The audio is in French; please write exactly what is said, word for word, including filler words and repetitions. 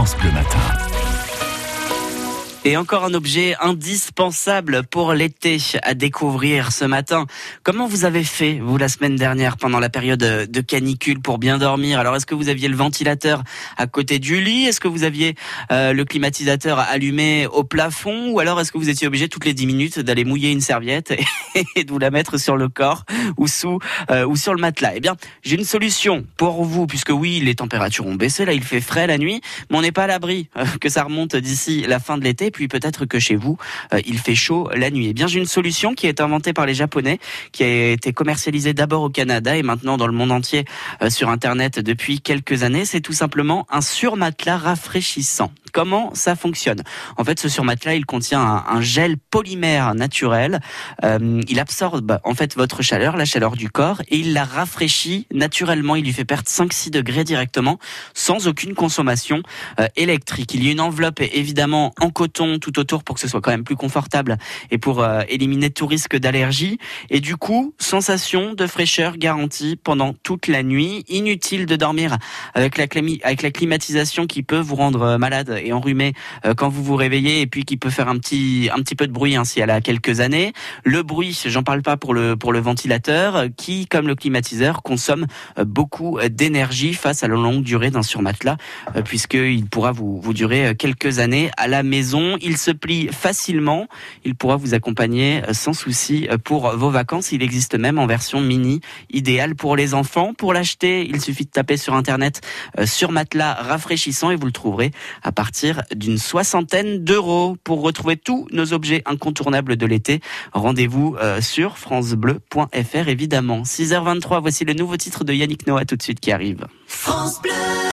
France Bleu Matin. Et encore un objet indispensable pour l'été à découvrir ce matin. Comment vous avez fait, vous, la semaine dernière, pendant la période de canicule, pour bien dormir? Alors, est-ce que vous aviez le ventilateur à côté du lit? Est-ce que vous aviez euh, le climatisateur allumé au plafond? Ou alors, est-ce que vous étiez obligé toutes les dix minutes d'aller mouiller une serviette et, et de vous la mettre sur le corps ou sous euh, ou sur le matelas? Eh bien, j'ai une solution pour vous, puisque oui, les températures ont baissé, là, il fait frais la nuit, mais on n'est pas à l'abri euh, que ça remonte d'ici la fin de l'été. Puis peut-être que chez vous, euh, il fait chaud la nuit. Eh bien, j'ai une solution qui est inventée par les Japonais, qui a été commercialisée d'abord au Canada et maintenant dans le monde entier euh, sur Internet depuis quelques années. C'est tout simplement un surmatelas rafraîchissant. Comment ça fonctionne? En fait, ce surmatelas, il contient un, un gel polymère naturel. Euh, il absorbe en fait votre chaleur, la chaleur du corps, et il la rafraîchit naturellement. Il lui fait perdre cinq à six degrés directement, sans aucune consommation euh, électrique. Il y a une enveloppe évidemment en coton tout autour pour que ce soit quand même plus confortable et pour euh, éliminer tout risque d'allergie. Et du coup, sensation de fraîcheur garantie pendant toute la nuit. Inutile de dormir avec la, climi- avec la climatisation qui peut vous rendre euh, malade et enrhumé euh, quand vous vous réveillez, et puis qui peut faire un petit un petit peu de bruit hein, si elle a quelques années. Le bruit, j'en parle pas pour le pour le ventilateur, qui, comme le climatiseur, consomme euh, beaucoup d'énergie face à la longue durée d'un surmatelas, euh, puisqu'il pourra vous vous durer quelques années à la maison. Il se plie facilement, il pourra vous accompagner sans souci pour vos vacances. Il existe même en version mini, idéale pour les enfants. Pour l'acheter, il suffit de taper sur internet euh, sur matelas rafraîchissant et vous le trouverez à partir d'une soixantaine d'euros. Pour retrouver tous nos objets incontournables de l'été, rendez-vous euh, sur francebleu point f r évidemment. six heures vingt-trois, voici le nouveau titre de Yannick Noah tout de suite qui arrive. France Bleu.